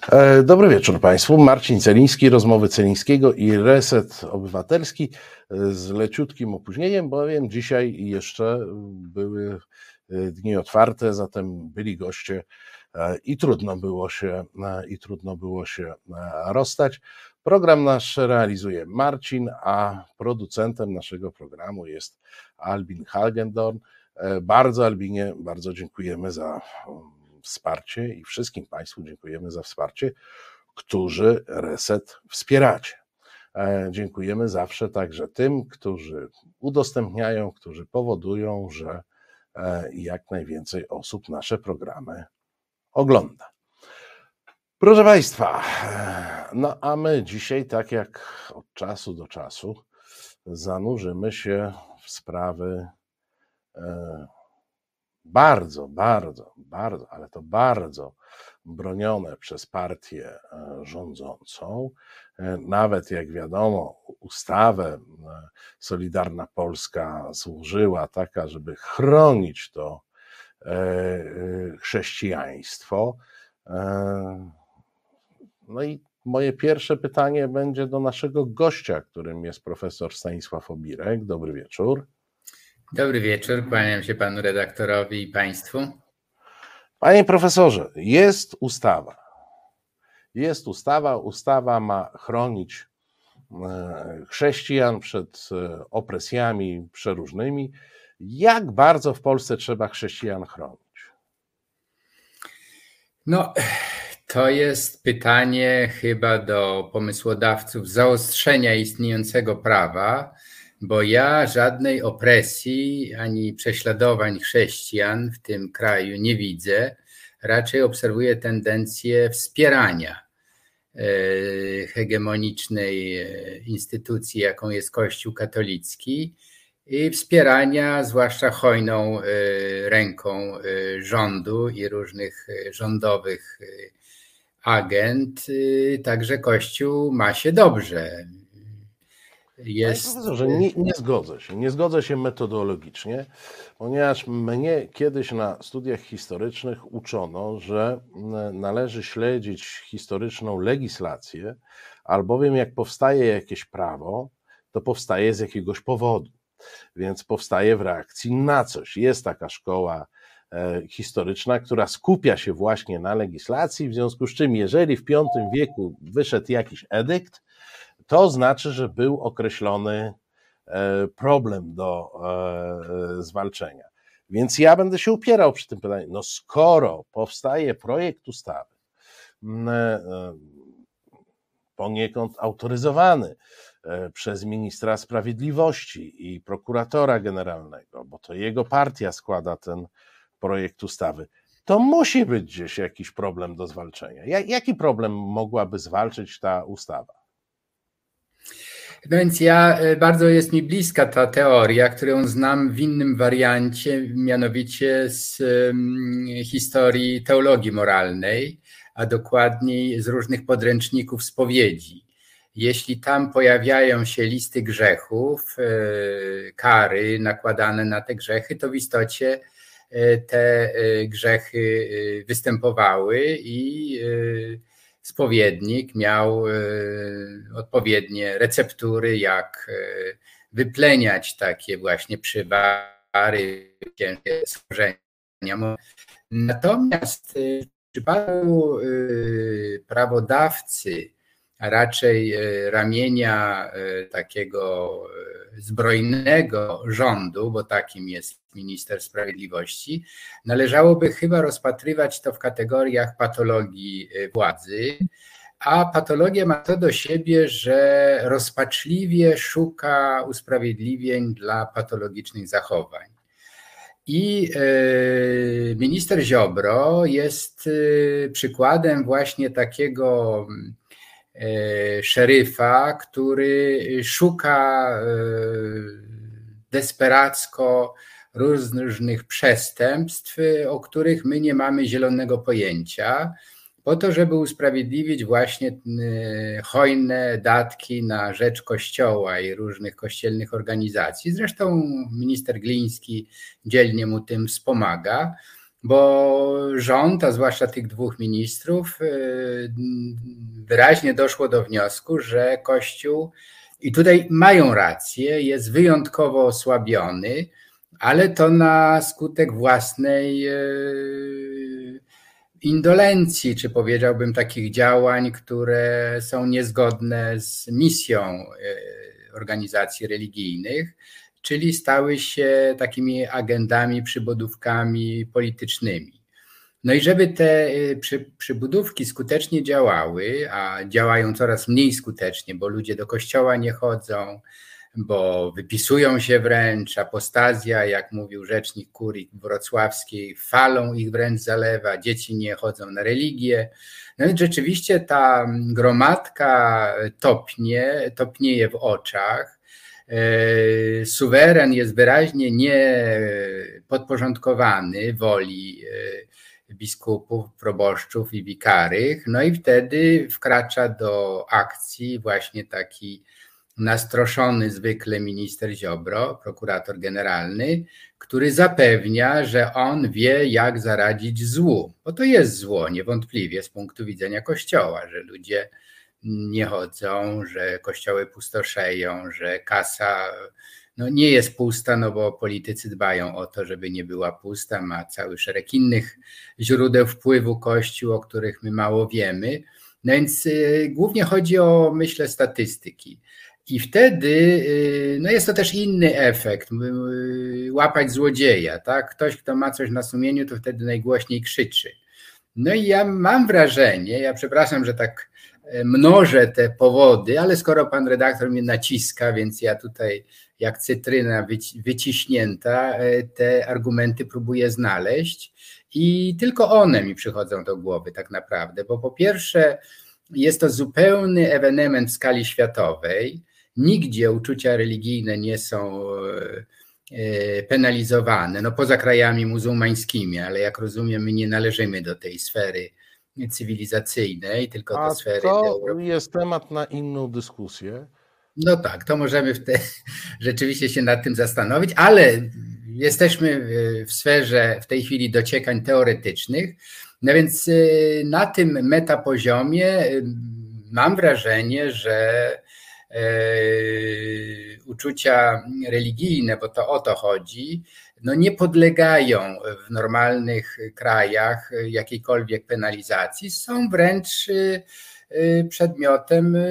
Dobry wieczór Państwu. Marcin Celiński, Rozmowy Celińskiego i Reset Obywatelski z leciutkim opóźnieniem, bowiem dzisiaj jeszcze były dni otwarte, zatem byli goście i trudno było się rozstać. Program nasz realizuje Marcin, a producentem naszego programu jest Albin Hagendorn. Albinie, bardzo dziękujemy za wsparcie i wszystkim Państwu dziękujemy za wsparcie, którzy Reset wspieracie. Dziękujemy zawsze także tym, którzy udostępniają, którzy powodują, że jak najwięcej osób nasze programy ogląda. Proszę Państwa, no a my dzisiaj, tak jak od czasu do czasu, zanurzymy się w sprawy bardzo bronione przez partię rządzącą. Nawet jak wiadomo, ustawę Solidarna Polska złożyła taka, żeby chronić to chrześcijaństwo. No i moje pierwsze pytanie będzie do naszego gościa, którym jest profesor Stanisław Obirek. Dobry wieczór. Dobry wieczór, kłaniam się panu redaktorowi i państwu. Panie profesorze, jest ustawa. Ustawa ma chronić chrześcijan przed opresjami przeróżnymi. Jak bardzo w Polsce trzeba chrześcijan chronić? No, to jest pytanie chyba do pomysłodawców zaostrzenia istniejącego prawa, bo ja żadnej opresji ani prześladowań chrześcijan w tym kraju nie widzę. Raczej obserwuję tendencję wspierania hegemonicznej instytucji, jaką jest Kościół katolicki, i wspierania zwłaszcza hojną ręką rządu i różnych rządowych agent. Także Kościół ma się dobrze. Profesorze, nie zgodzę się metodologicznie, ponieważ mnie kiedyś na studiach historycznych uczono, że należy śledzić historyczną legislację, albowiem jak powstaje jakieś prawo, to powstaje z jakiegoś powodu, więc powstaje w reakcji na coś. Jest taka szkoła historyczna, która skupia się właśnie na legislacji, w związku z czym jeżeli w V wieku wyszedł jakiś edykt, to znaczy, że był określony problem do zwalczenia. Więc ja będę się upierał przy tym pytaniu. No skoro powstaje projekt ustawy poniekąd autoryzowany przez ministra sprawiedliwości i prokuratora generalnego, bo to jego partia składa ten projekt ustawy, to musi być gdzieś jakiś problem do zwalczenia. Jaki problem mogłaby zwalczyć ta ustawa? No więc bardzo jest mi bliska ta teoria, którą znam w innym wariancie, mianowicie z historii teologii moralnej, a dokładniej z różnych podręczników spowiedzi. Jeśli tam pojawiają się listy grzechów, kary nakładane na te grzechy, to w istocie te grzechy występowały i spowiednik miał odpowiednie receptury, jak wypleniać takie właśnie przywary, ciężkie schorzenia. Natomiast w przypadku prawodawcy, a raczej ramienia takiego zbrojnego rządu, bo takim jest minister sprawiedliwości, należałoby chyba rozpatrywać to w kategoriach patologii władzy, a patologia ma to do siebie, że rozpaczliwie szuka usprawiedliwień dla patologicznych zachowań. I minister Ziobro jest przykładem właśnie takiego szeryfa, który szuka desperacko różnych przestępstw, o których my nie mamy zielonego pojęcia, po to, żeby usprawiedliwić właśnie hojne datki na rzecz Kościoła i różnych kościelnych organizacji. Zresztą minister Gliński dzielnie mu tym wspomaga. bo rząd, a zwłaszcza tych dwóch ministrów, wyraźnie doszło do wniosku, że Kościół, i tutaj mają rację, jest wyjątkowo osłabiony, ale to na skutek własnej indolencji, czy powiedziałbym takich działań, które są niezgodne z misją organizacji religijnych, czyli stały się takimi agendami, przybudówkami politycznymi. No i żeby te przybudówki skutecznie działały, a działają coraz mniej skutecznie, bo ludzie do kościoła nie chodzą, bo wypisują się wręcz, apostazja, jak mówił rzecznik kurii wrocławskiej, falą ich wręcz zalewa, dzieci nie chodzą na religię. No więc rzeczywiście ta gromadka topnieje w oczach. Suweren jest wyraźnie nie podporządkowany woli biskupów, proboszczów i wikarych, no i wtedy wkracza do akcji właśnie taki nastroszony zwykle minister Ziobro, prokurator generalny, który zapewnia, że on wie, jak zaradzić złu, bo to jest zło niewątpliwie z punktu widzenia Kościoła, że ludzie nie chodzą, że kościoły pustoszeją, że kasa nie jest pusta, no bo politycy dbają o to, żeby nie była pusta, ma cały szereg innych źródeł wpływu Kościół, o których my mało wiemy. No więc głównie chodzi o, myślę, statystyki. I wtedy jest to też inny efekt, łapać złodzieja, tak? Ktoś, kto ma coś na sumieniu, to wtedy najgłośniej krzyczy. No i ja mam wrażenie, ja przepraszam, że tak mnożę te powody, ale skoro pan redaktor mnie naciska, więc ja tutaj jak cytryna wyciśnięta te argumenty próbuję znaleźć i tylko one mi przychodzą do głowy tak naprawdę, bo po pierwsze jest to zupełny ewenement w skali światowej, nigdzie uczucia religijne nie są penalizowane, no poza krajami muzułmańskimi, ale jak rozumiem, my nie należymy do tej sfery cywilizacyjnej, tylko do sfery. To jest temat na inną dyskusję. No tak, to możemy rzeczywiście się nad tym zastanowić, ale jesteśmy w sferze w tej chwili dociekań teoretycznych, no więc na tym metapoziomie mam wrażenie, że uczucia religijne, bo to o to chodzi, nie podlegają w normalnych krajach jakiejkolwiek penalizacji, są wręcz przedmiotem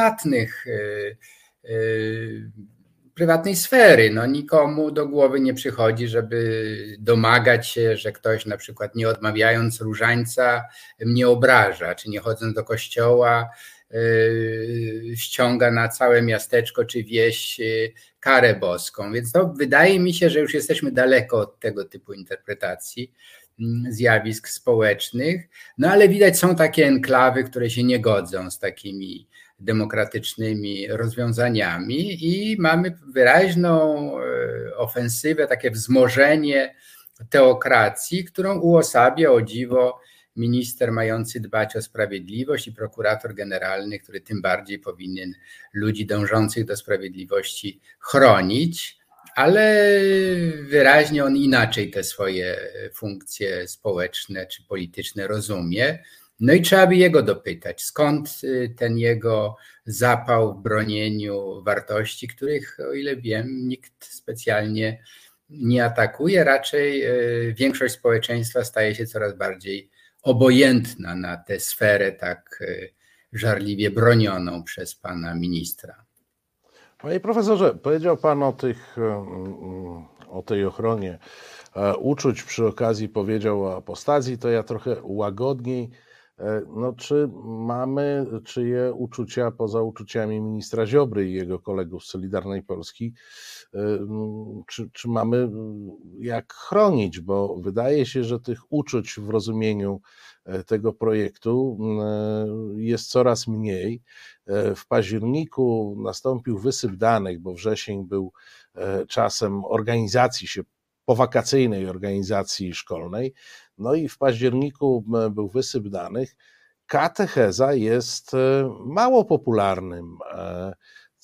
prywatnej sfery. Nikomu do głowy nie przychodzi, żeby domagać się, że ktoś na przykład nie odmawiając różańca mnie obraża, czy nie chodząc do kościoła ściąga na całe miasteczko czy wieś karę boską. Więc to wydaje mi się, że już jesteśmy daleko od tego typu interpretacji zjawisk społecznych, ale widać, są takie enklawy, które się nie godzą z takimi demokratycznymi rozwiązaniami i mamy wyraźną ofensywę, takie wzmożenie teokracji, którą uosabia, o dziwo, minister mający dbać o sprawiedliwość i prokurator generalny, który tym bardziej powinien ludzi dążących do sprawiedliwości chronić, ale wyraźnie on inaczej te swoje funkcje społeczne czy polityczne rozumie. I trzeba by jego dopytać, skąd ten jego zapał w bronieniu wartości, których, o ile wiem, nikt specjalnie nie atakuje. Raczej większość społeczeństwa staje się coraz bardziej obojętna na tę sferę tak żarliwie bronioną przez pana ministra. Panie profesorze, powiedział pan o tej ochronie uczuć, przy okazji powiedział o apostazji, to ja trochę łagodniej. Czy mamy czyje uczucia poza uczuciami ministra Ziobry i jego kolegów z Solidarnej Polski, czy mamy jak chronić, bo wydaje się, że tych uczuć w rozumieniu tego projektu jest coraz mniej. W październiku nastąpił wysyp danych, bo wrzesień był czasem powakacyjnej organizacji szkolnej, i w październiku był wysyp danych. Katecheza jest mało popularnym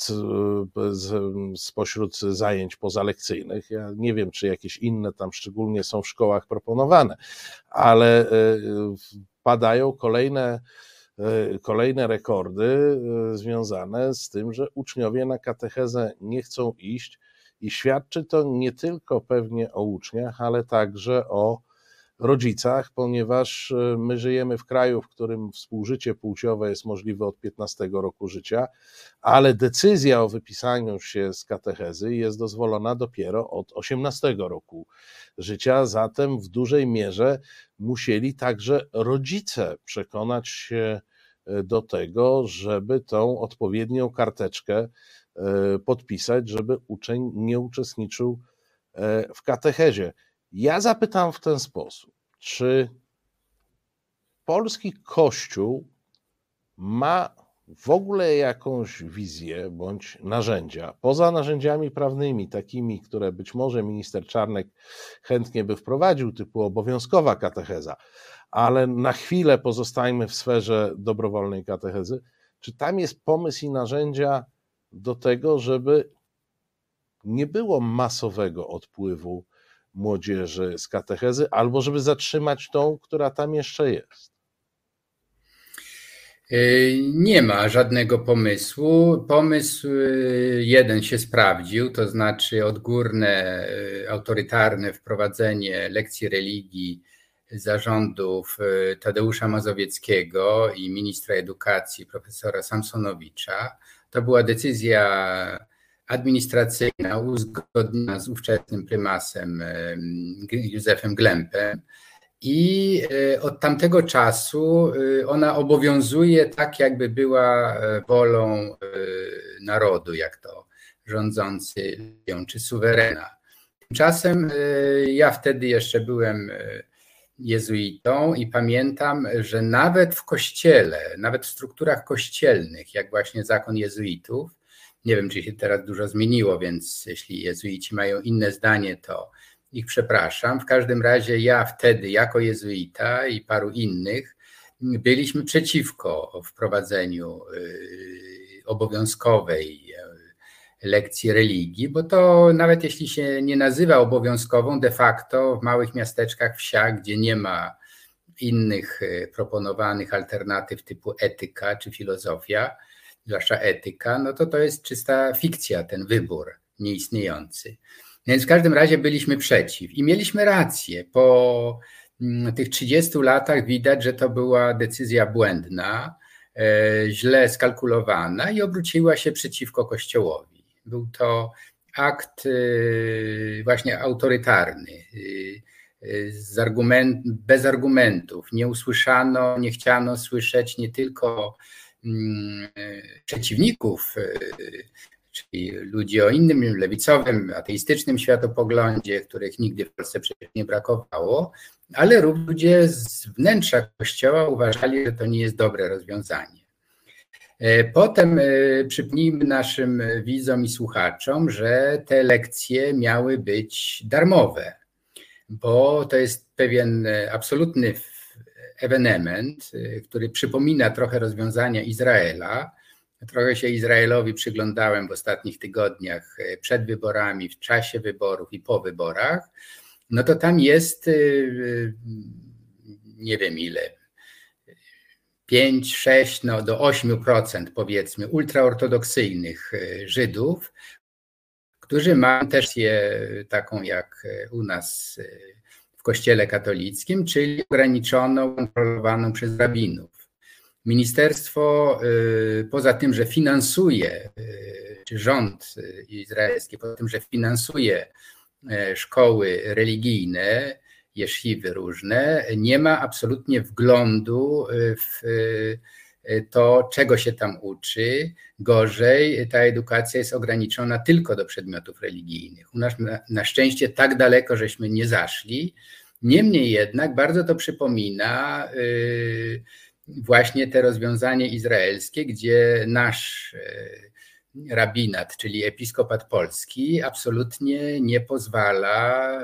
spośród zajęć pozalekcyjnych. Ja nie wiem, czy jakieś inne tam szczególnie są w szkołach proponowane, ale padają kolejne rekordy związane z tym, że uczniowie na katechezę nie chcą iść i świadczy to nie tylko pewnie o uczniach, ale także o rodzicach, ponieważ my żyjemy w kraju, w którym współżycie płciowe jest możliwe od 15 roku życia, ale decyzja o wypisaniu się z katechezy jest dozwolona dopiero od 18 roku życia, zatem w dużej mierze musieli także rodzice przekonać się do tego, żeby tą odpowiednią karteczkę podpisać, żeby uczeń nie uczestniczył w katechezie. Ja zapytam w ten sposób, czy polski Kościół ma w ogóle jakąś wizję bądź narzędzia, poza narzędziami prawnymi, takimi, które być może minister Czarnek chętnie by wprowadził, typu obowiązkowa katecheza, ale na chwilę pozostajmy w sferze dobrowolnej katechezy, czy tam jest pomysł i narzędzia do tego, żeby nie było masowego odpływu młodzieży z katechezy, albo żeby zatrzymać tą, która tam jeszcze jest? Nie ma żadnego pomysłu. Pomysł jeden się sprawdził, to znaczy odgórne, autorytarne wprowadzenie lekcji religii zarządów Tadeusza Mazowieckiego i ministra edukacji profesora Samsonowicza. To była decyzja administracyjna uzgodniona z ówczesnym prymasem Józefem Glempem i od tamtego czasu ona obowiązuje tak, jakby była wolą narodu, jak to rządzący czy suwerena. Tymczasem ja wtedy jeszcze byłem jezuitą i pamiętam, że nawet w kościele, nawet w strukturach kościelnych, jak właśnie zakon jezuitów, nie wiem, czy się teraz dużo zmieniło, więc jeśli jezuici mają inne zdanie, to ich przepraszam. W każdym razie ja wtedy jako jezuita i paru innych byliśmy przeciwko wprowadzeniu obowiązkowej lekcji religii, bo to nawet jeśli się nie nazywa obowiązkową, de facto w małych miasteczkach, wsiach, gdzie nie ma innych proponowanych alternatyw typu etyka czy filozofia, zwłaszcza etyka, no to jest czysta fikcja, ten wybór nieistniejący. Więc w każdym razie byliśmy przeciw i mieliśmy rację. Po tych 30 latach widać, że to była decyzja błędna, źle skalkulowana i obróciła się przeciwko Kościołowi. Był to akt właśnie autorytarny, bez argumentów. Nie usłyszano, nie chciano słyszeć nie tylko przeciwników, czyli ludzi o innym lewicowym, ateistycznym światopoglądzie, których nigdy w Polsce przecież nie brakowało, ale również ludzie z wnętrza Kościoła uważali, że to nie jest dobre rozwiązanie. Potem przypomnijmy naszym widzom i słuchaczom, że te lekcje miały być darmowe, bo to jest pewien absolutny ewenement, który przypomina trochę rozwiązania Izraela. Trochę się Izraelowi przyglądałem w ostatnich tygodniach przed wyborami, w czasie wyborów i po wyborach. No to tam jest, nie wiem ile, 5, 6, do 8% powiedzmy ultraortodoksyjnych Żydów, którzy mają też taką jak u nas w Kościele katolickim, czyli ograniczoną, kontrolowaną przez rabinów. Ministerstwo, poza tym, że finansuje, czy rząd izraelski, poza tym, że finansuje szkoły religijne, jesziwy różne, nie ma absolutnie wglądu w to, czego się tam uczy. Gorzej, ta edukacja jest ograniczona tylko do przedmiotów religijnych. U nas na szczęście tak daleko żeśmy nie zaszli. Niemniej jednak bardzo to przypomina właśnie te rozwiązanie izraelskie, gdzie nasz rabinat, czyli episkopat polski, absolutnie nie pozwala,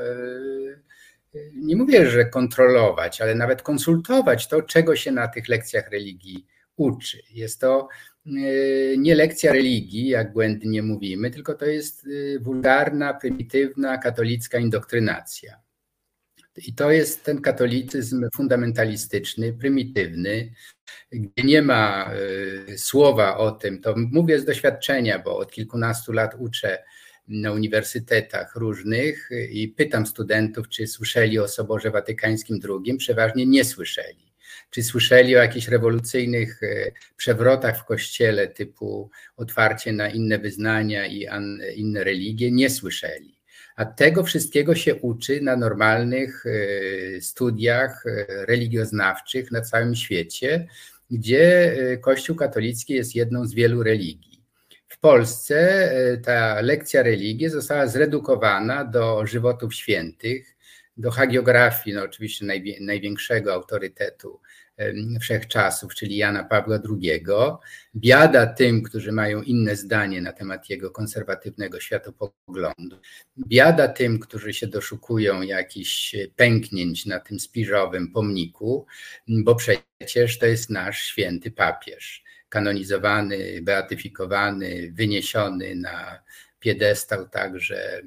nie mówię, że kontrolować, ale nawet konsultować to, czego się na tych lekcjach religii uczy. Jest to nie lekcja religii, jak błędnie mówimy, tylko to jest wulgarna, prymitywna, katolicka indoktrynacja. I to jest ten katolicyzm fundamentalistyczny, prymitywny, gdzie nie ma słowa o tym, to mówię z doświadczenia, bo od kilkunastu lat uczę na uniwersytetach różnych i pytam studentów, czy słyszeli o Soborze Watykańskim II, przeważnie nie słyszeli. Czy słyszeli o jakichś rewolucyjnych przewrotach w Kościele typu otwarcie na inne wyznania i inne religie? Nie słyszeli. A tego wszystkiego się uczy na normalnych studiach religioznawczych na całym świecie, gdzie Kościół katolicki jest jedną z wielu religii. W Polsce ta lekcja religii została zredukowana do żywotów świętych, do hagiografii, no oczywiście największego autorytetu wszechczasów, czyli Jana Pawła II. Biada tym, którzy mają inne zdanie na temat jego konserwatywnego światopoglądu. Biada tym, którzy się doszukują jakichś pęknięć na tym spiżowym pomniku, bo przecież to jest nasz święty papież, kanonizowany, beatyfikowany, wyniesiony na piedestał tak, że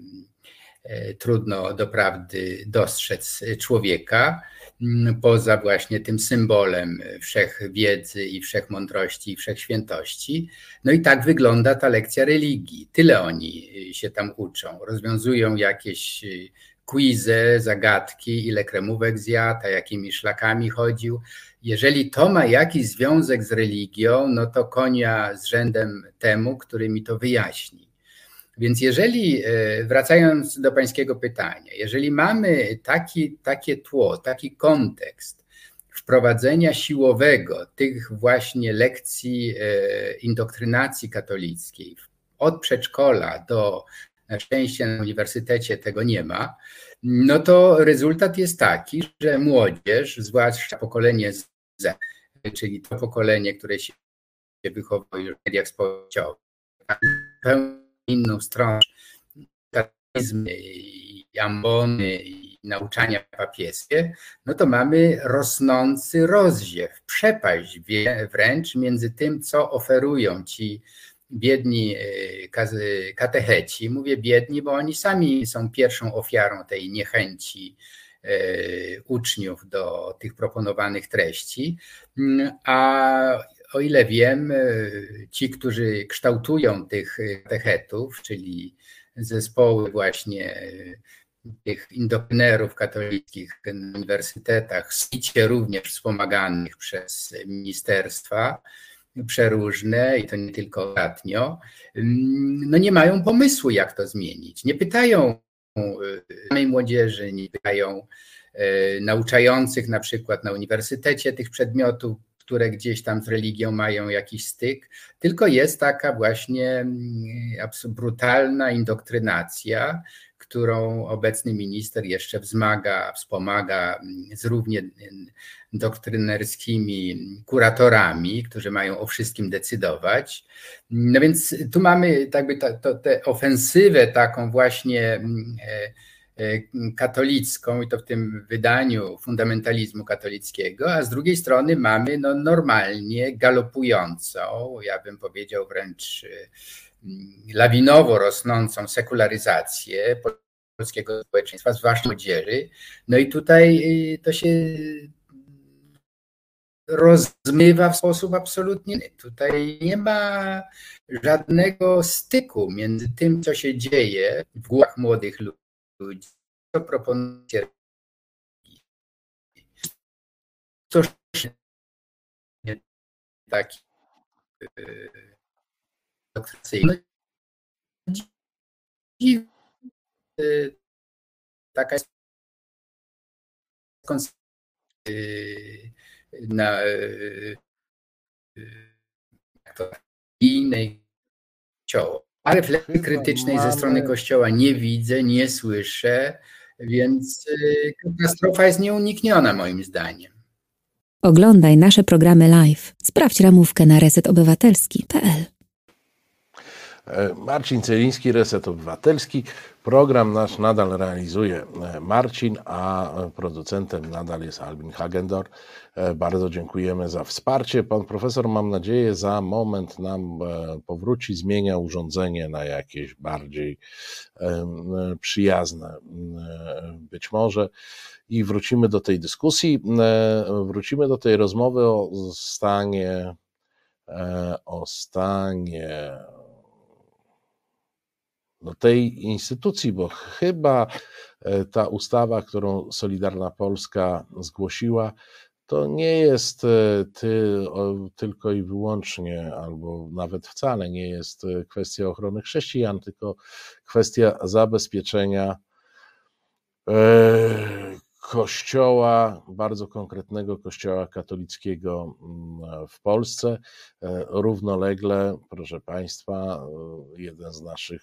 trudno doprawdy dostrzec człowieka, poza właśnie tym symbolem wszechwiedzy i wszechmądrości i wszechświętości. No i tak wygląda ta lekcja religii. Tyle oni się tam uczą. Rozwiązują jakieś quizy, zagadki, ile kremówek zjadł, a jakimi szlakami chodził. Jeżeli to ma jakiś związek z religią, no to konia z rzędem temu, który mi to wyjaśni. Więc jeżeli, wracając do pańskiego pytania, jeżeli mamy takie tło, taki kontekst wprowadzenia siłowego tych właśnie lekcji indoktrynacji katolickiej od przedszkola do, na szczęście na uniwersytecie tego nie ma, no to rezultat jest taki, że młodzież, zwłaszcza pokolenie Z, czyli to pokolenie, które się wychowuje już w mediach społecznościowych, inną stronę, katechizmy i ambony i nauczania papieskie, no to mamy rosnący rozziew, przepaść wręcz między tym, co oferują ci biedni katecheci. Mówię biedni, bo oni sami są pierwszą ofiarą tej niechęci uczniów do tych proponowanych treści, a o ile wiem, ci, którzy kształtują tych katechetów, czyli zespoły właśnie tych indoktrynerów katolickich na uniwersytetach, SIC-ie również wspomaganych przez ministerstwa przeróżne i to nie tylko ostatnio, no nie mają pomysłu, jak to zmienić. Nie pytają samej młodzieży, nie pytają nauczających na przykład na uniwersytecie tych przedmiotów, które gdzieś tam z religią mają jakiś styk, tylko jest taka właśnie brutalna indoktrynacja, którą obecny minister jeszcze wspomaga z równie doktrynerskimi kuratorami, którzy mają o wszystkim decydować. No więc tu mamy jakby tę ofensywę taką właśnie katolicką i to w tym wydaniu fundamentalizmu katolickiego, a z drugiej strony mamy no normalnie galopującą, ja bym powiedział wręcz lawinowo rosnącą sekularyzację polskiego społeczeństwa, zwłaszcza młodzieży. No i tutaj to się rozmywa w sposób absolutnie. Tutaj nie ma żadnego styku między tym, co się dzieje w głowach młodych ludzi, co proponuje to taki taka jest na innej Kościoła. A refleksji krytycznej ze strony Kościoła nie widzę, nie słyszę, więc katastrofa jest nieunikniona moim zdaniem. Oglądaj nasze programy live. Sprawdź ramówkę na resetobywatelski.pl. Marcin Celiński, Reset Obywatelski. Program nasz nadal realizuje Marcin, a producentem nadal jest Albin Hagendorf. Bardzo dziękujemy za wsparcie. Pan profesor, mam nadzieję, za moment nam powróci, zmienia urządzenie na jakieś bardziej przyjazne być może i wrócimy do tej dyskusji, wrócimy do tej rozmowy o stanie tej instytucji, bo chyba ta ustawa, którą Solidarna Polska zgłosiła, to nie jest tylko i wyłącznie, albo nawet wcale nie jest kwestia ochrony chrześcijan, tylko kwestia zabezpieczenia kościoła, bardzo konkretnego kościoła katolickiego w Polsce. Równolegle, proszę Państwa, jeden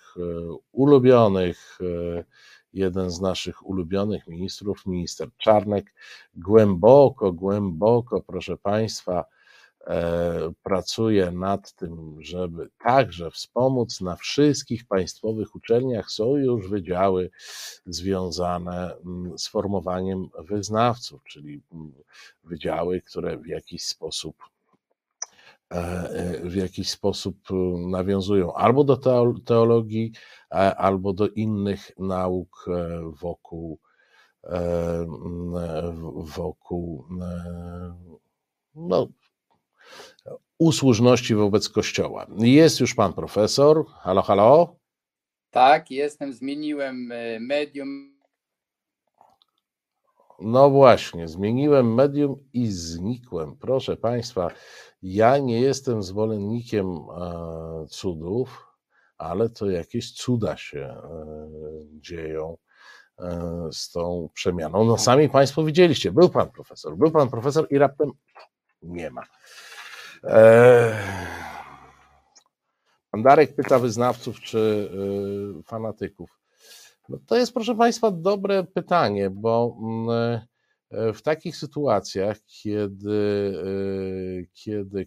z naszych ulubionych ministrów, minister Czarnek, głęboko, proszę Państwa, pracuje nad tym, żeby także wspomóc. Na wszystkich państwowych uczelniach są już wydziały związane z formowaniem wyznawców, czyli wydziały, które w jakiś sposób nawiązują albo do teologii, albo do innych nauk wokół usłużności wobec Kościoła. Jest już pan profesor. Halo, halo? Tak, jestem, zmieniłem medium. No właśnie, zmieniłem medium i znikłem. Proszę Państwa, ja nie jestem zwolennikiem cudów, ale to jakieś cuda się dzieją z tą przemianą. No sami Państwo widzieliście, był pan profesor i raptem nie ma. Pan Darek pyta wyznawców czy fanatyków. No to jest, proszę Państwa, dobre pytanie, bo w takich sytuacjach, kiedy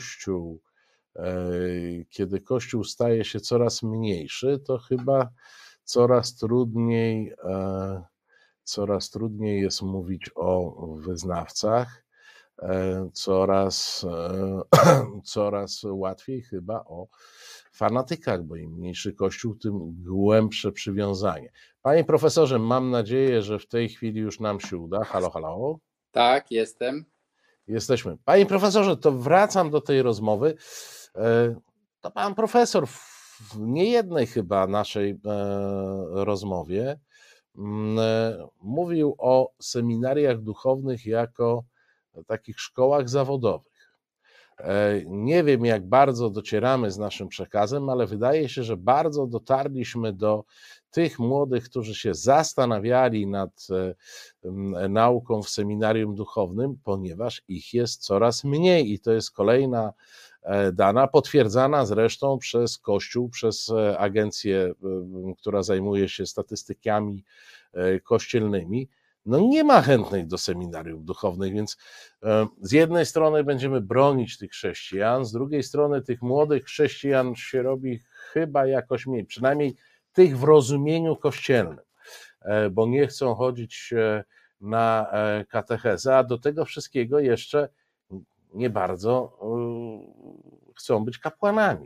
Kościół staje się coraz mniejszy, to chyba coraz trudniej jest mówić o wyznawcach, coraz łatwiej chyba o fanatykach, bo im mniejszy Kościół, tym głębsze przywiązanie. Panie profesorze, mam nadzieję, że w tej chwili już nam się uda. Halo, halo? Tak, jestem. Jesteśmy. Panie profesorze, to wracam do tej rozmowy. To pan profesor w niejednej chyba naszej rozmowie mówił o seminariach duchownych jako takich szkołach zawodowych. Nie wiem, jak bardzo docieramy z naszym przekazem, ale wydaje się, że bardzo dotarliśmy do tych młodych, którzy się zastanawiali nad nauką w seminarium duchownym, ponieważ ich jest coraz mniej i to jest kolejna dana, potwierdzana zresztą przez Kościół, przez agencję, która zajmuje się statystykami kościelnymi. No nie ma chętnych do seminariów duchownych, więc z jednej strony będziemy bronić tych chrześcijan, z drugiej strony tych młodych chrześcijan się robi chyba jakoś mniej, przynajmniej tych w rozumieniu kościelnym, bo nie chcą chodzić na katechezę, a do tego wszystkiego jeszcze nie bardzo chcą być kapłanami.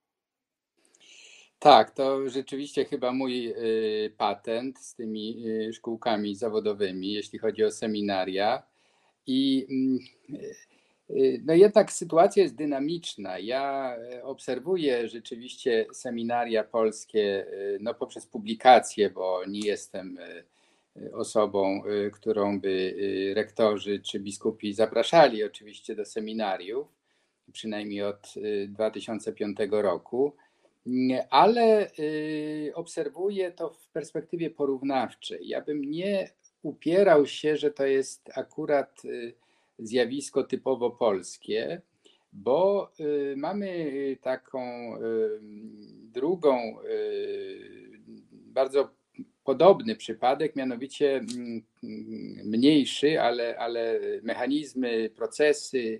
Tak, to rzeczywiście chyba mój patent z tymi szkółkami zawodowymi, jeśli chodzi o seminaria. I no jednak sytuacja jest dynamiczna. Ja obserwuję rzeczywiście seminaria polskie no poprzez publikacje, bo nie jestem osobą, którą by rektorzy czy biskupi zapraszali oczywiście do seminariów, przynajmniej od 2005 roku. Ale obserwuję to w perspektywie porównawczej. Ja bym nie upierał się, że to jest akurat zjawisko typowo polskie, bo mamy taką drugą, bardzo podobny przypadek, mianowicie mniejszy, ale mechanizmy, procesy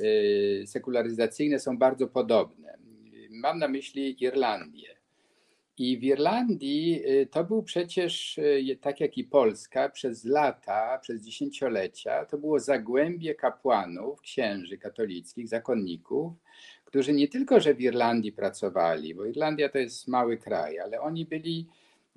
sekularyzacyjne są bardzo podobne. Mam na myśli Irlandię. I w Irlandii to był przecież, tak jak i Polska, przez lata, przez dziesięciolecia, to było zagłębie kapłanów, księży katolickich, zakonników, którzy nie tylko, że w Irlandii pracowali, bo Irlandia to jest mały kraj, ale oni byli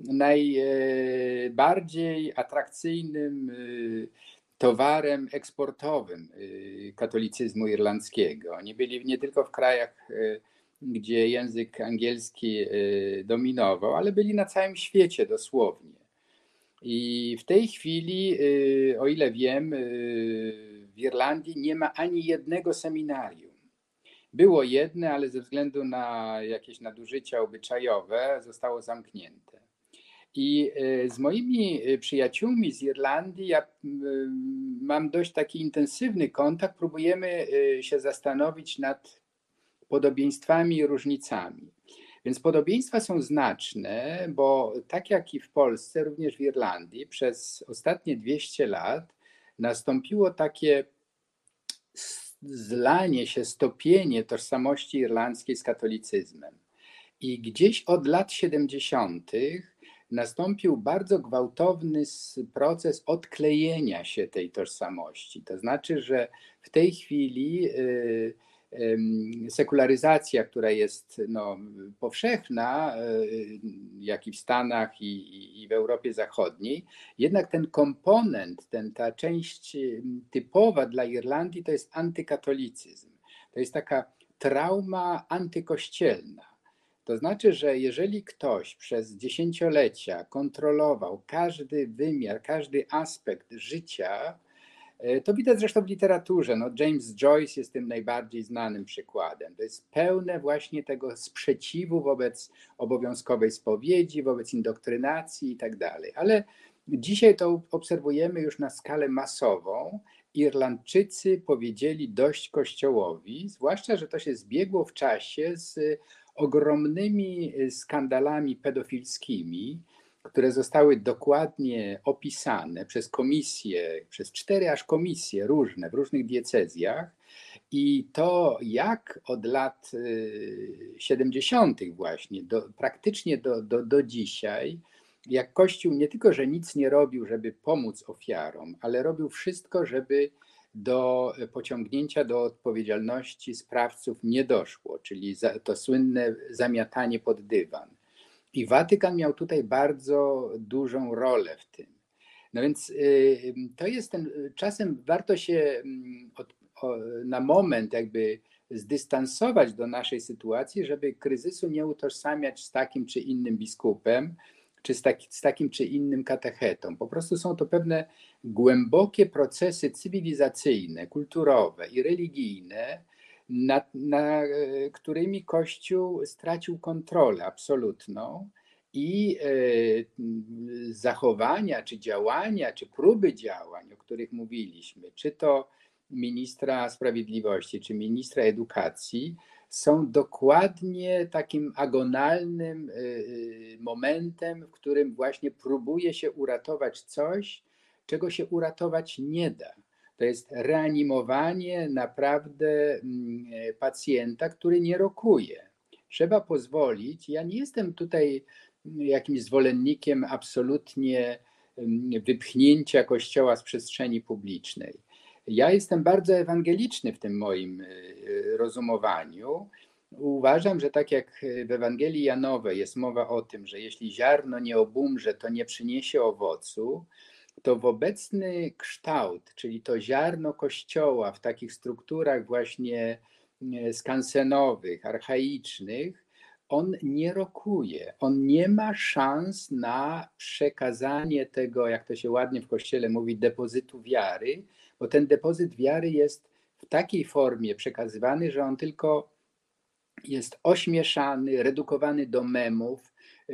najbardziej atrakcyjnym towarem eksportowym katolicyzmu irlandzkiego. Oni byli nie tylko w krajach, gdzie język angielski dominował, ale byli na całym świecie dosłownie. I w tej chwili, o ile wiem, w Irlandii nie ma ani jednego seminarium. Było jedno, ale ze względu na jakieś nadużycia obyczajowe zostało zamknięte. I z moimi przyjaciółmi z Irlandii ja mam dość taki intensywny kontakt. Próbujemy się zastanowić nad podobieństwami i różnicami. Więc podobieństwa są znaczne, bo tak jak i w Polsce, również w Irlandii przez ostatnie 200 lat nastąpiło takie zlanie się, stopienie tożsamości irlandzkiej z katolicyzmem. I gdzieś od lat 70. nastąpił bardzo gwałtowny proces odklejenia się tej tożsamości. To znaczy, że w tej chwili sekularyzacja, która jest powszechna, jak i w Stanach i w Europie Zachodniej, jednak ten komponent, ta część typowa dla Irlandii to jest antykatolicyzm. To jest taka trauma antykościelna. To znaczy, że jeżeli ktoś przez dziesięciolecia kontrolował każdy wymiar, każdy aspekt życia, to widać zresztą w literaturze. James Joyce jest tym najbardziej znanym przykładem. To jest pełne właśnie tego sprzeciwu wobec obowiązkowej spowiedzi, wobec indoktrynacji i tak dalej. Ale dzisiaj to obserwujemy już na skalę masową. Irlandczycy powiedzieli dość Kościołowi, zwłaszcza, że to się zbiegło w czasie z ogromnymi skandalami pedofilskimi, które zostały dokładnie opisane przez komisje, przez 4 aż komisje różne w różnych diecezjach. I to jak od lat 70. właśnie praktycznie do dzisiaj, jak Kościół nie tylko, że nic nie robił, żeby pomóc ofiarom, ale robił wszystko, żeby do pociągnięcia do odpowiedzialności sprawców nie doszło, czyli to słynne zamiatanie pod dywan. I Watykan miał tutaj bardzo dużą rolę w tym. No więc to jest czasem warto się na moment jakby zdystansować do naszej sytuacji, żeby kryzysu nie utożsamiać z takim czy innym biskupem, czy z takim czy innym katechetą. Po prostu są to pewne głębokie procesy cywilizacyjne, kulturowe i religijne, na którymi Kościół stracił kontrolę absolutną i zachowania, czy działania, czy próby działań, o których mówiliśmy, czy to ministra sprawiedliwości, czy ministra edukacji, są dokładnie takim agonalnym momentem, w którym właśnie próbuje się uratować coś, czego się uratować nie da. To jest reanimowanie naprawdę pacjenta, który nie rokuje. Trzeba pozwolić, ja nie jestem tutaj jakimś zwolennikiem absolutnie wypchnięcia Kościoła z przestrzeni publicznej. Ja jestem bardzo ewangeliczny w tym moim rozumowaniu. Uważam, że tak jak w Ewangelii Janowej jest mowa o tym, że jeśli ziarno nie obumrze, to nie przyniesie owocu, to w obecny kształt, czyli to ziarno Kościoła w takich strukturach właśnie skansenowych, archaicznych, on nie rokuje, on nie ma szans na przekazanie tego, jak to się ładnie w Kościele mówi, depozytu wiary, bo ten depozyt wiary jest w takiej formie przekazywany, że on tylko jest ośmieszany, redukowany do memów.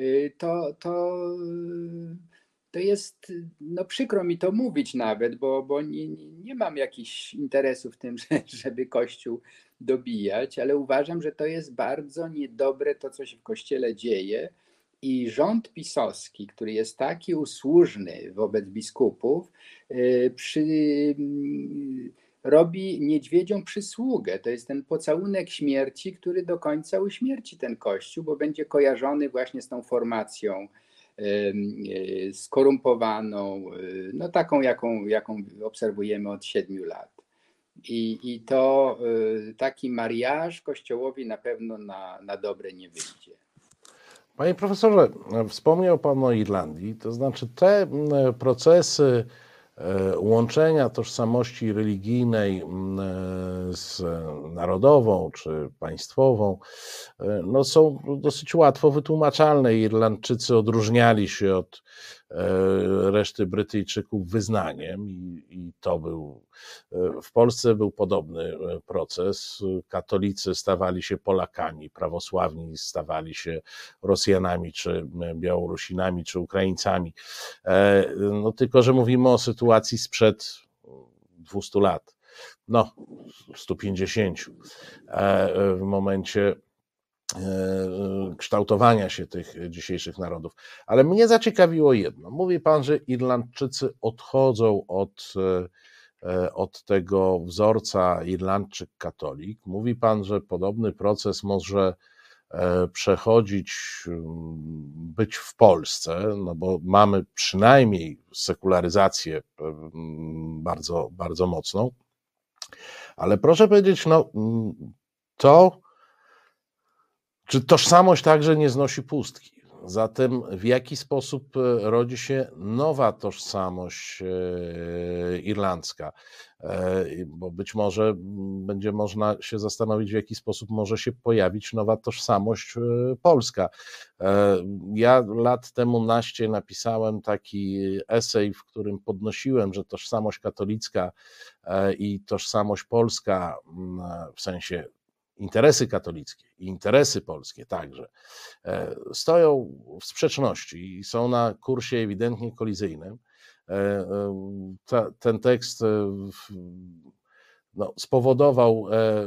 To jest, przykro mi to mówić nawet, bo nie mam jakichś interesów w tym, żeby Kościół dobijać, ale uważam, że to jest bardzo niedobre to, co się w Kościele dzieje i rząd pisowski, który jest taki usłużny wobec biskupów, robi niedźwiedziom przysługę. To jest ten pocałunek śmierci, który do końca uśmierci ten Kościół, bo będzie kojarzony właśnie z tą formacją skorumpowaną, no taką, jaką obserwujemy od 7 lat. I to taki mariaż Kościołowi na pewno na dobre nie wyjdzie. Panie profesorze, wspomniał Pan o Irlandii, to znaczy te procesy łączenia tożsamości religijnej z narodową czy państwową no są dosyć łatwo wytłumaczalne. Irlandczycy odróżniali się od reszty Brytyjczyków wyznaniem i to był, w Polsce był podobny proces. Katolicy stawali się Polakami, prawosławni stawali się Rosjanami, czy Białorusinami, czy Ukraińcami. No tylko, że mówimy o sytuacji sprzed 200 lat, no 150, w momencie kształtowania się tych dzisiejszych narodów. Ale mnie zaciekawiło jedno. Mówi Pan, że Irlandczycy odchodzą od tego wzorca Irlandczyk-katolik. Mówi Pan, że podobny proces może przechodzić, być w Polsce, no bo mamy przynajmniej sekularyzację bardzo, bardzo mocną. Ale proszę powiedzieć, no to czy tożsamość także nie znosi pustki? Zatem w jaki sposób rodzi się nowa tożsamość irlandzka? Bo być może będzie można się zastanowić, w jaki sposób może się pojawić nowa tożsamość polska. Ja lat temu naście napisałem taki esej, w którym podnosiłem, że tożsamość katolicka i tożsamość polska, w sensie interesy katolickie i interesy polskie także, stoją w sprzeczności i są na kursie ewidentnie kolizyjnym. Ten tekst no, spowodował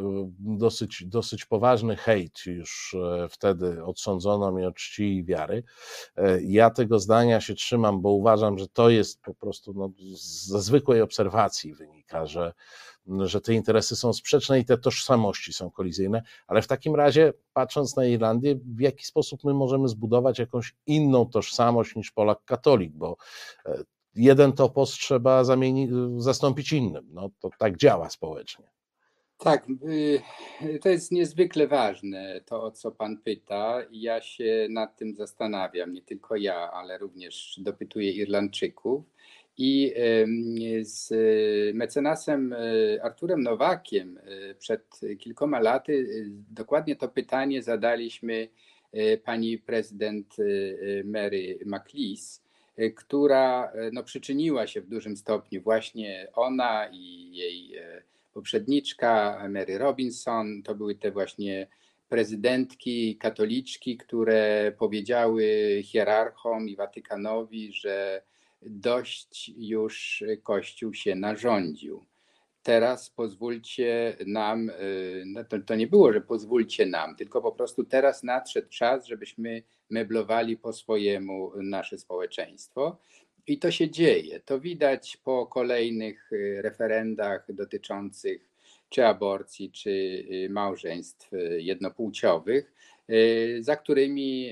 dosyć poważny hejt, już wtedy odsądzono mnie od czci i wiary. Ja tego zdania się trzymam, bo uważam, że to jest po prostu, no, ze zwykłej obserwacji wynika, że te interesy są sprzeczne i te tożsamości są kolizyjne, ale w takim razie, patrząc na Irlandię, w jaki sposób my możemy zbudować jakąś inną tożsamość niż Polak katolik, bo jeden topos trzeba zastąpić innym. No to tak działa społecznie. Tak, to jest niezwykle ważne, to o co Pan pyta. Ja się nad tym zastanawiam, nie tylko ja, ale również dopytuję Irlandczyków. I z mecenasem Arturem Nowakiem przed kilkoma laty dokładnie to pytanie zadaliśmy pani prezydent Mary McLeese, która no, przyczyniła się w dużym stopniu, właśnie ona i jej poprzedniczka Mary Robinson, to były te właśnie prezydentki katoliczki, które powiedziały hierarchom i Watykanowi, że dość już Kościół się narządził. Teraz pozwólcie nam, no to nie było, że pozwólcie nam, tylko po prostu teraz nadszedł czas, żebyśmy meblowali po swojemu nasze społeczeństwo. I to się dzieje. To widać po kolejnych referendach dotyczących czy aborcji, czy małżeństw jednopłciowych, za którymi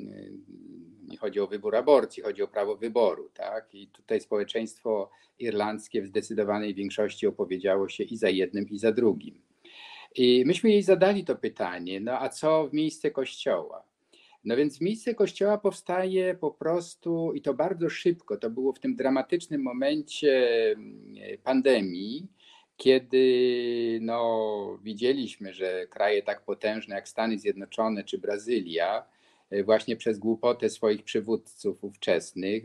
nie chodzi o wybór aborcji, chodzi o prawo wyboru. Tak? I tutaj społeczeństwo irlandzkie w zdecydowanej większości opowiedziało się i za jednym, i za drugim. I myśmy jej zadali to pytanie, no a co w miejsce Kościoła? No więc w miejsce Kościoła powstaje po prostu, i to bardzo szybko, to było w tym dramatycznym momencie pandemii, kiedy no, widzieliśmy, że kraje tak potężne jak Stany Zjednoczone czy Brazylia właśnie przez głupotę swoich przywódców ówczesnych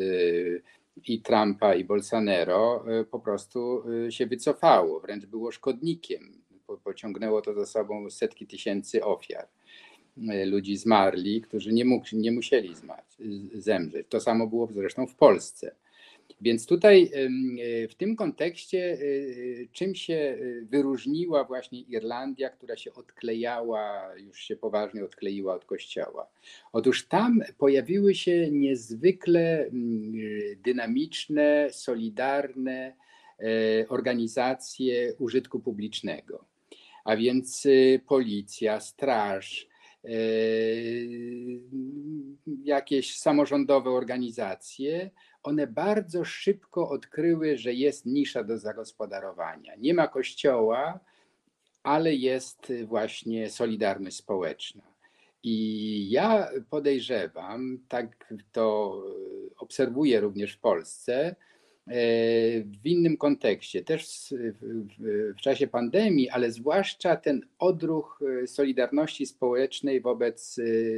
i Trumpa i Bolsonaro po prostu się wycofało, wręcz było szkodnikiem. Pociągnęło to za sobą setki tysięcy ofiar. Ludzi zmarli, którzy nie musieli zemrzeć. To samo było zresztą w Polsce. Więc tutaj w tym kontekście czym się wyróżniła właśnie Irlandia, która się odklejała, już się poważnie odkleiła od Kościoła? Otóż tam pojawiły się niezwykle dynamiczne, solidarne, organizacje użytku publicznego, a więc policja, straż, jakieś samorządowe organizacje, one bardzo szybko odkryły, że jest nisza do zagospodarowania. Nie ma kościoła, ale jest właśnie solidarność społeczna. I ja podejrzewam, tak to obserwuję również w Polsce, w innym kontekście, też w czasie pandemii, ale zwłaszcza ten odruch solidarności społecznej wobec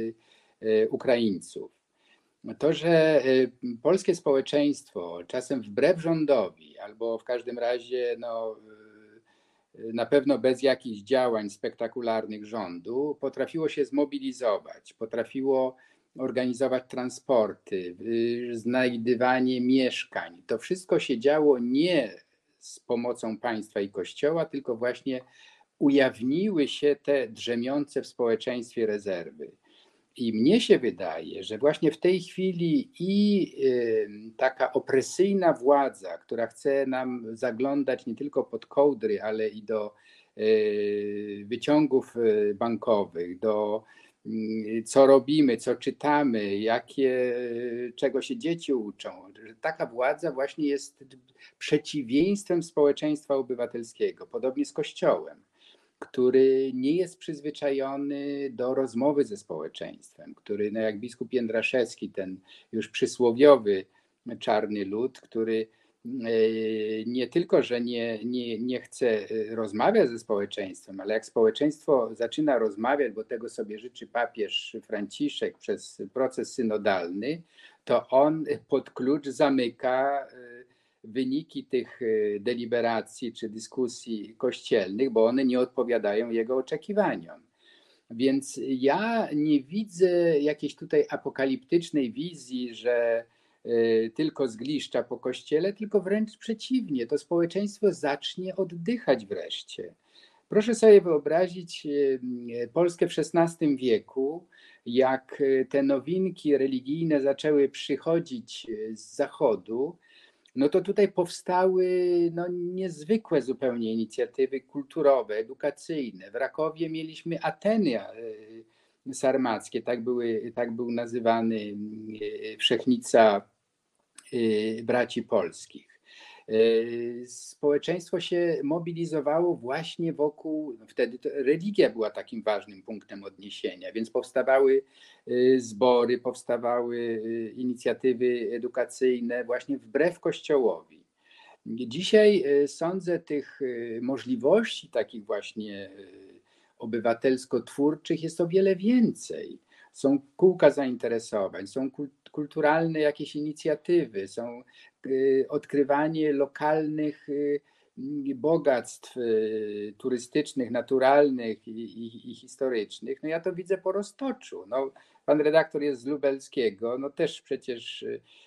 Ukraińców. To, że polskie społeczeństwo czasem wbrew rządowi, albo w każdym razie na pewno bez jakichś działań spektakularnych rządu, potrafiło się zmobilizować, potrafiło organizować transporty, znajdywanie mieszkań. To wszystko się działo nie z pomocą państwa i Kościoła, tylko właśnie ujawniły się te drzemiące w społeczeństwie rezerwy. I mnie się wydaje, że właśnie w tej chwili i taka opresyjna władza, która chce nam zaglądać nie tylko pod kołdry, ale i do wyciągów bankowych, do co robimy, co czytamy, czego się dzieci uczą, że taka władza właśnie jest przeciwieństwem społeczeństwa obywatelskiego, podobnie z Kościołem, który nie jest przyzwyczajony do rozmowy ze społeczeństwem, który, jak biskup Jędraszewski, ten już przysłowiowy czarny lud, który nie tylko, że nie chce rozmawiać ze społeczeństwem, ale jak społeczeństwo zaczyna rozmawiać, bo tego sobie życzy papież Franciszek przez proces synodalny, to on pod klucz zamyka wyniki tych deliberacji czy dyskusji kościelnych, bo one nie odpowiadają jego oczekiwaniom. Więc ja nie widzę jakiejś tutaj apokaliptycznej wizji, że tylko zgliszcza po kościele, tylko wręcz przeciwnie, to społeczeństwo zacznie oddychać wreszcie. Proszę sobie wyobrazić Polskę w XVI wieku, jak te nowinki religijne zaczęły przychodzić z zachodu, no to tutaj powstały niezwykłe zupełnie inicjatywy kulturowe, edukacyjne. W Rakowie mieliśmy Ateny sarmackie, tak był nazywany Wszechnica braci polskich. Społeczeństwo się mobilizowało właśnie wokół, wtedy religia była takim ważnym punktem odniesienia, więc powstawały zbory, powstawały inicjatywy edukacyjne właśnie wbrew Kościołowi. Dzisiaj sądzę, tych możliwości takich właśnie obywatelsko-twórczych jest o wiele więcej. Są kółka zainteresowań, są kulturalne jakieś inicjatywy, są odkrywanie lokalnych bogactw turystycznych, naturalnych i historycznych. Ja to widzę po roztoczu. Pan redaktor jest z lubelskiego, też przecież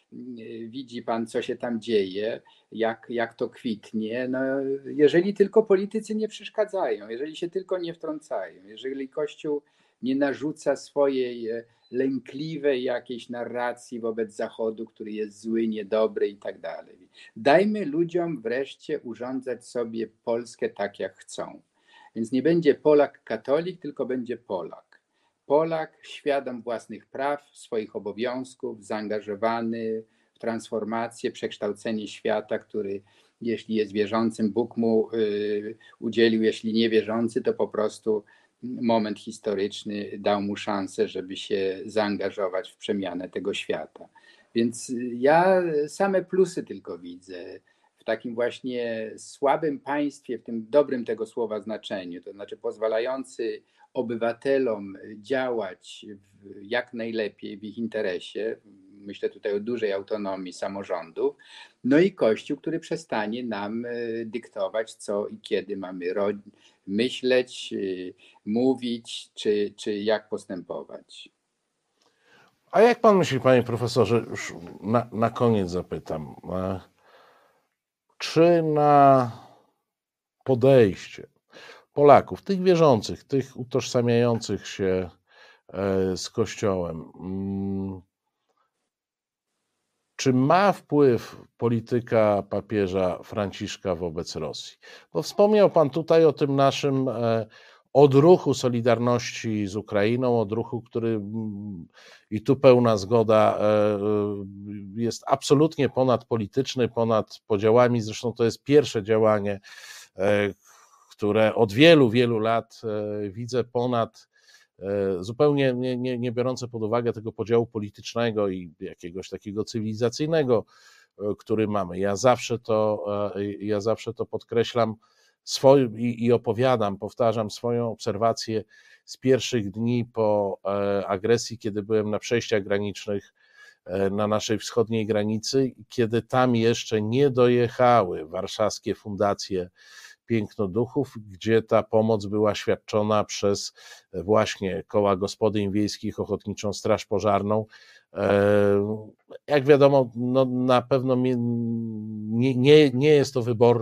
widzi pan, co się tam dzieje, jak to kwitnie. Jeżeli tylko politycy nie przeszkadzają, jeżeli się tylko nie wtrącają, jeżeli Kościół nie narzuca swojej lękliwej jakiejś narracji wobec Zachodu, który jest zły, niedobry i tak dalej. Dajmy ludziom wreszcie urządzać sobie Polskę tak, jak chcą. Więc nie będzie Polak katolik, tylko będzie Polak. Polak świadom własnych praw, swoich obowiązków, zaangażowany w transformację, przekształcenie świata, który jeśli jest wierzącym, Bóg mu udzielił, jeśli nie wierzący, to po prostu moment historyczny dał mu szansę, żeby się zaangażować w przemianę tego świata. Więc ja same plusy tylko widzę w takim właśnie słabym państwie, w tym dobrym tego słowa znaczeniu, to znaczy pozwalający obywatelom działać jak najlepiej w ich interesie. Myślę tutaj o dużej autonomii samorządów. I Kościół, który przestanie nam dyktować, co i kiedy mamy myśleć, mówić, czy jak postępować. A jak pan myśli, panie profesorze, już na koniec zapytam, czy na podejście Polaków, tych wierzących, tych utożsamiających się z Kościołem, czy ma wpływ polityka papieża Franciszka wobec Rosji? Bo wspomniał Pan tutaj o tym naszym odruchu solidarności z Ukrainą, odruchu, który, i tu pełna zgoda, jest absolutnie ponadpolityczny, ponad podziałami. Zresztą to jest pierwsze działanie, które od wielu, wielu lat widzę zupełnie nie biorące pod uwagę tego podziału politycznego i jakiegoś takiego cywilizacyjnego, który mamy. Ja zawsze to podkreślam i opowiadam, powtarzam swoją obserwację z pierwszych dni po agresji, kiedy byłem na przejściach granicznych na naszej wschodniej granicy, kiedy tam jeszcze nie dojechały warszawskie fundacje Piękno Duchów, gdzie ta pomoc była świadczona przez właśnie koła gospodyń wiejskich, Ochotniczą Straż Pożarną. Jak wiadomo, no na pewno nie jest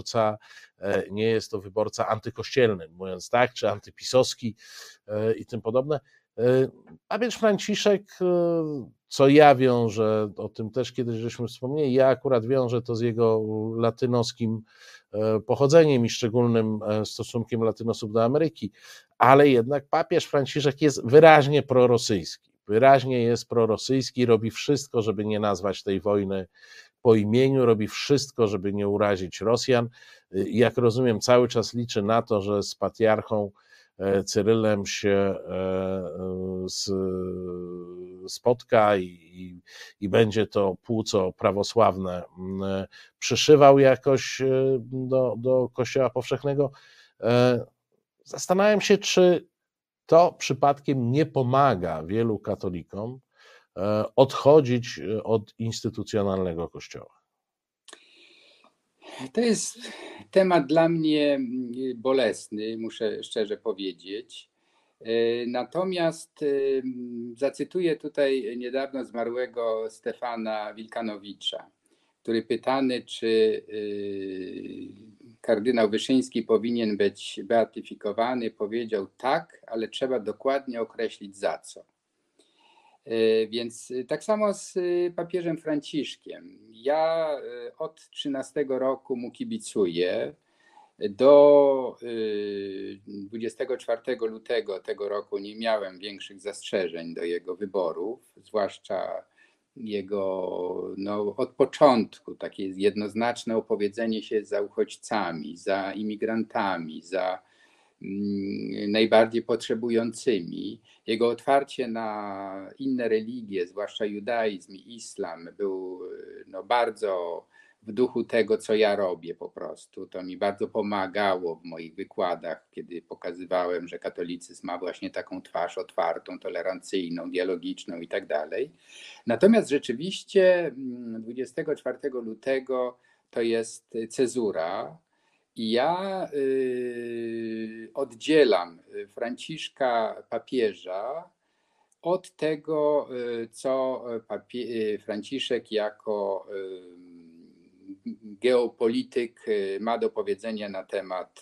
to wyborca antykościelny, mówiąc tak, czy antypisowski i tym podobne. Papież Franciszek, co ja wiążę, o tym też kiedyś żeśmy wspomnieli, ja akurat wiążę to z jego latynoskim pochodzeniem i szczególnym stosunkiem latynosów do Ameryki, ale jednak papież Franciszek jest wyraźnie prorosyjski, robi wszystko, żeby nie nazwać tej wojny po imieniu, robi wszystko, żeby nie urazić Rosjan. Jak rozumiem, cały czas liczy na to, że z patriarchą Cyrylem się spotka i będzie to płuco prawosławne przyszywał jakoś do Kościoła Powszechnego. Zastanawiam się, czy to przypadkiem nie pomaga wielu katolikom odchodzić od instytucjonalnego Kościoła. To jest temat dla mnie bolesny, muszę szczerze powiedzieć. Natomiast zacytuję tutaj niedawno zmarłego Stefana Wilkanowicza, który pytany, czy kardynał Wyszyński powinien być beatyfikowany, powiedział tak, ale trzeba dokładnie określić za co. Więc tak samo z papieżem Franciszkiem. Ja od 13 roku mu kibicuję. Do 24 lutego tego roku nie miałem większych zastrzeżeń do jego wyborów, zwłaszcza jego od początku takie jednoznaczne opowiedzenie się za uchodźcami, za imigrantami, za najbardziej potrzebującymi. Jego otwarcie na inne religie, zwłaszcza judaizm i islam, był bardzo w duchu tego, co ja robię po prostu. To mi bardzo pomagało w moich wykładach, kiedy pokazywałem, że katolicyzm ma właśnie taką twarz otwartą, tolerancyjną, dialogiczną i tak dalej. Natomiast rzeczywiście 24 lutego to jest cezura i ja oddzielam Franciszka papieża od tego, co Franciszek jako geopolityk ma do powiedzenia na temat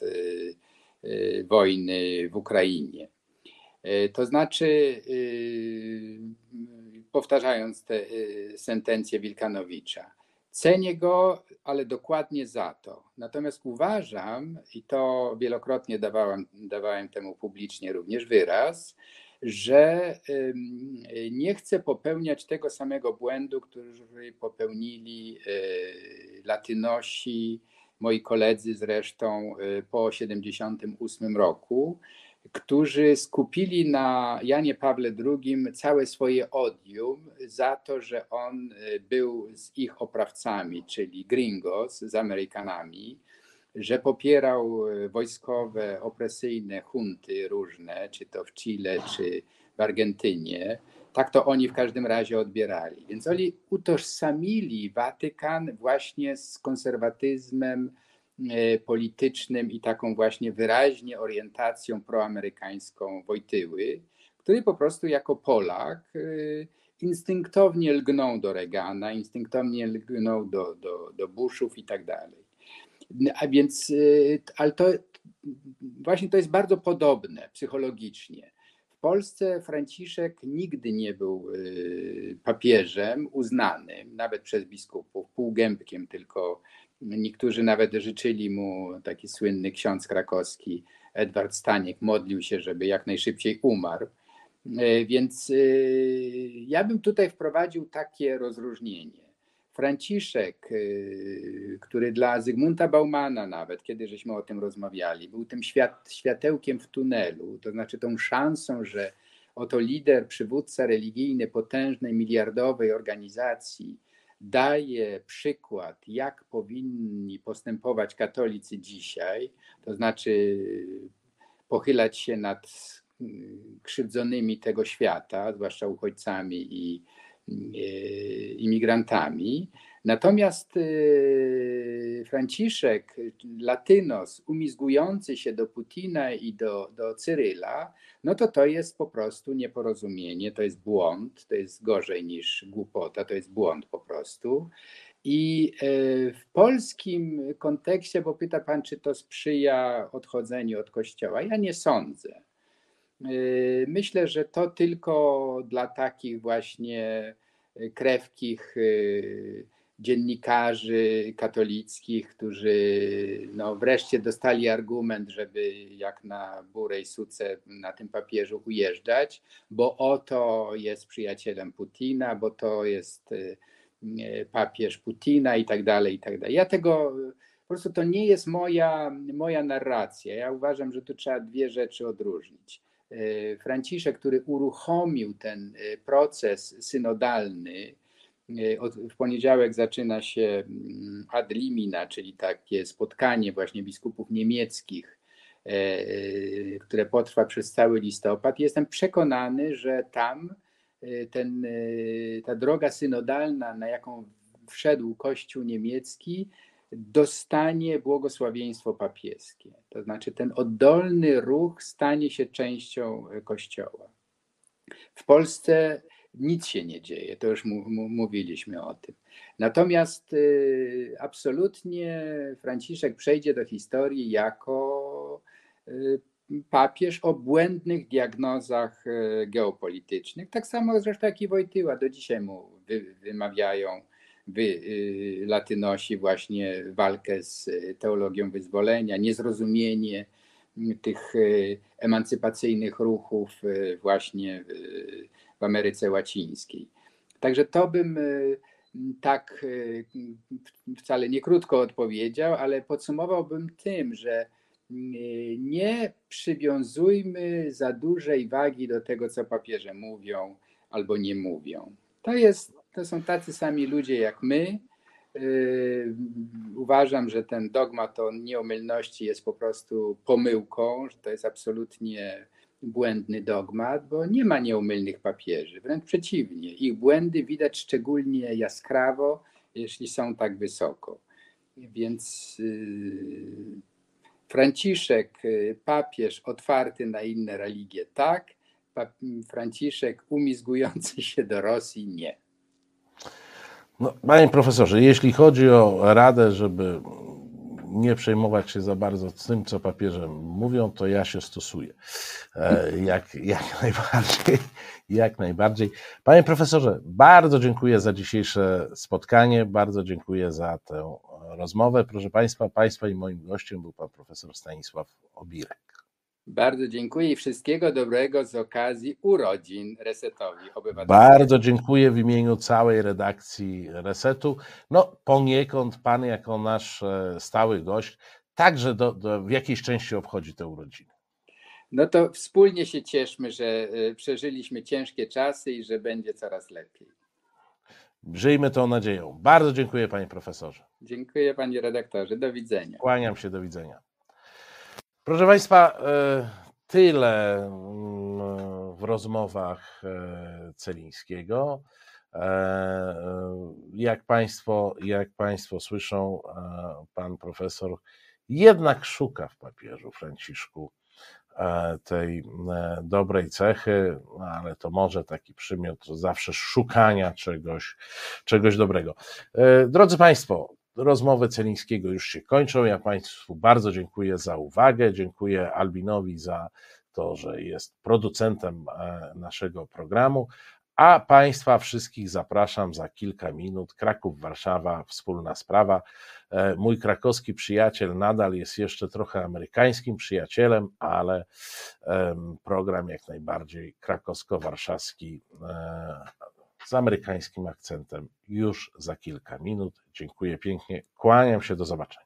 wojny w Ukrainie. To znaczy, powtarzając tę sentencję Wilkanowicza, cenię go, ale dokładnie za to. Natomiast uważam, i to wielokrotnie dawałem temu publicznie również wyraz, że nie chcę popełniać tego samego błędu, który popełnili Latynosi, moi koledzy zresztą po 1978 roku, którzy skupili na Janie Pawle II całe swoje odium za to, że on był z ich oprawcami, czyli gringos, z Amerykanami, że popierał wojskowe, opresyjne junty różne, czy to w Chile, czy w Argentynie. Tak to oni w każdym razie odbierali. Więc oni utożsamili Watykan właśnie z konserwatyzmem politycznym i taką właśnie wyraźnie orientacją proamerykańską Wojtyły, który po prostu jako Polak instynktownie lgnął do Reagana, instynktownie lgnął do Bushów i tak dalej. A więc, ale to właśnie to jest bardzo podobne psychologicznie. W Polsce Franciszek nigdy nie był papieżem uznanym, nawet przez biskupów, półgębkiem tylko. Niektórzy nawet życzyli mu, taki słynny ksiądz krakowski Edward Staniek modlił się, żeby jak najszybciej umarł. Więc ja bym tutaj wprowadził takie rozróżnienie. Franciszek, który dla Zygmunta Baumana nawet, kiedy żeśmy o tym rozmawiali, był tym światełkiem w tunelu, to znaczy tą szansą, że oto lider, przywódca religijny potężnej, miliardowej organizacji daje przykład, jak powinni postępować katolicy dzisiaj, to znaczy pochylać się nad krzywdzonymi tego świata, zwłaszcza uchodźcami i imigrantami. Natomiast Franciszek, latynos, umizgujący się do Putina i do Cyryla, no to jest po prostu nieporozumienie, to jest błąd, to jest gorzej niż głupota, to jest błąd po prostu. I w polskim kontekście, bo pyta pan, czy to sprzyja odchodzeniu od Kościoła, ja nie sądzę. Myślę, że to tylko dla takich właśnie krewkich dziennikarzy katolickich, którzy no wreszcie dostali argument, żeby jak na burę i suce na tym papieżu ujeżdżać, bo oto jest przyjacielem Putina, bo to jest papież Putina i tak dalej, i tak dalej. Ja tego, po prostu to nie jest moja narracja. Ja uważam, że tu trzeba dwie rzeczy odróżnić. Franciszek, który uruchomił ten proces synodalny, w poniedziałek zaczyna się ad limina, czyli takie spotkanie właśnie biskupów niemieckich, które potrwa przez cały listopad. Jestem przekonany, że tam ta droga synodalna, na jaką wszedł Kościół niemiecki, dostanie błogosławieństwo papieskie. To znaczy ten oddolny ruch stanie się częścią Kościoła. W Polsce nic się nie dzieje, to już mówiliśmy o tym. Natomiast absolutnie Franciszek przejdzie do historii jako papież o błędnych diagnozach geopolitycznych. Tak samo zresztą jak i Wojtyła, do dzisiaj mu wymawiają latynosi właśnie walkę z teologią wyzwolenia, niezrozumienie tych emancypacyjnych ruchów właśnie w Ameryce Łacińskiej. Także to bym tak wcale nie krótko odpowiedział, ale podsumowałbym tym, że nie przywiązujmy za dużej wagi do tego, co papieże mówią albo nie mówią. To są tacy sami ludzie jak my. Uważam, że ten dogmat o nieomylności jest po prostu pomyłką, że to jest absolutnie błędny dogmat, bo nie ma nieomylnych papieży, wręcz przeciwnie. Ich błędy widać szczególnie jaskrawo, jeśli są tak wysoko. Więc Franciszek, papież otwarty na inne religie, tak. Franciszek umizgujący się do Rosji, nie. No, panie profesorze, jeśli chodzi o radę, żeby nie przejmować się za bardzo tym, co papieże mówią, to ja się stosuję. Jak najbardziej. Panie profesorze, bardzo dziękuję za dzisiejsze spotkanie, bardzo dziękuję za tę rozmowę. Proszę Państwa i moim gościem był pan profesor Stanisław Obirek. Bardzo dziękuję i wszystkiego dobrego z okazji urodzin Resetowi Obywatelskiemu. Bardzo dziękuję w imieniu całej redakcji Resetu. No poniekąd pan jako nasz stały gość także w jakiejś części obchodzi te urodziny. No to wspólnie się cieszmy, że przeżyliśmy ciężkie czasy i że będzie coraz lepiej. Żyjmy tą nadzieją. Bardzo dziękuję panie profesorze. Dziękuję panie redaktorze. Do widzenia. Kłaniam się, do widzenia. Proszę Państwa, tyle w rozmowach Celińskiego. Jak Państwo słyszą, pan profesor jednak szuka w papieżu Franciszku tej dobrej cechy, ale to może taki przymiot zawsze szukania czegoś dobrego. Drodzy Państwo, rozmowy Celińskiego już się kończą. Ja Państwu bardzo dziękuję za uwagę, dziękuję Albinowi za to, że jest producentem naszego programu. A Państwa wszystkich zapraszam za kilka minut. Kraków, Warszawa, wspólna sprawa. Mój krakowski przyjaciel nadal jest jeszcze trochę amerykańskim przyjacielem, ale program jak najbardziej krakowsko-warszawski z amerykańskim akcentem już za kilka minut. Dziękuję pięknie, kłaniam się, do zobaczenia.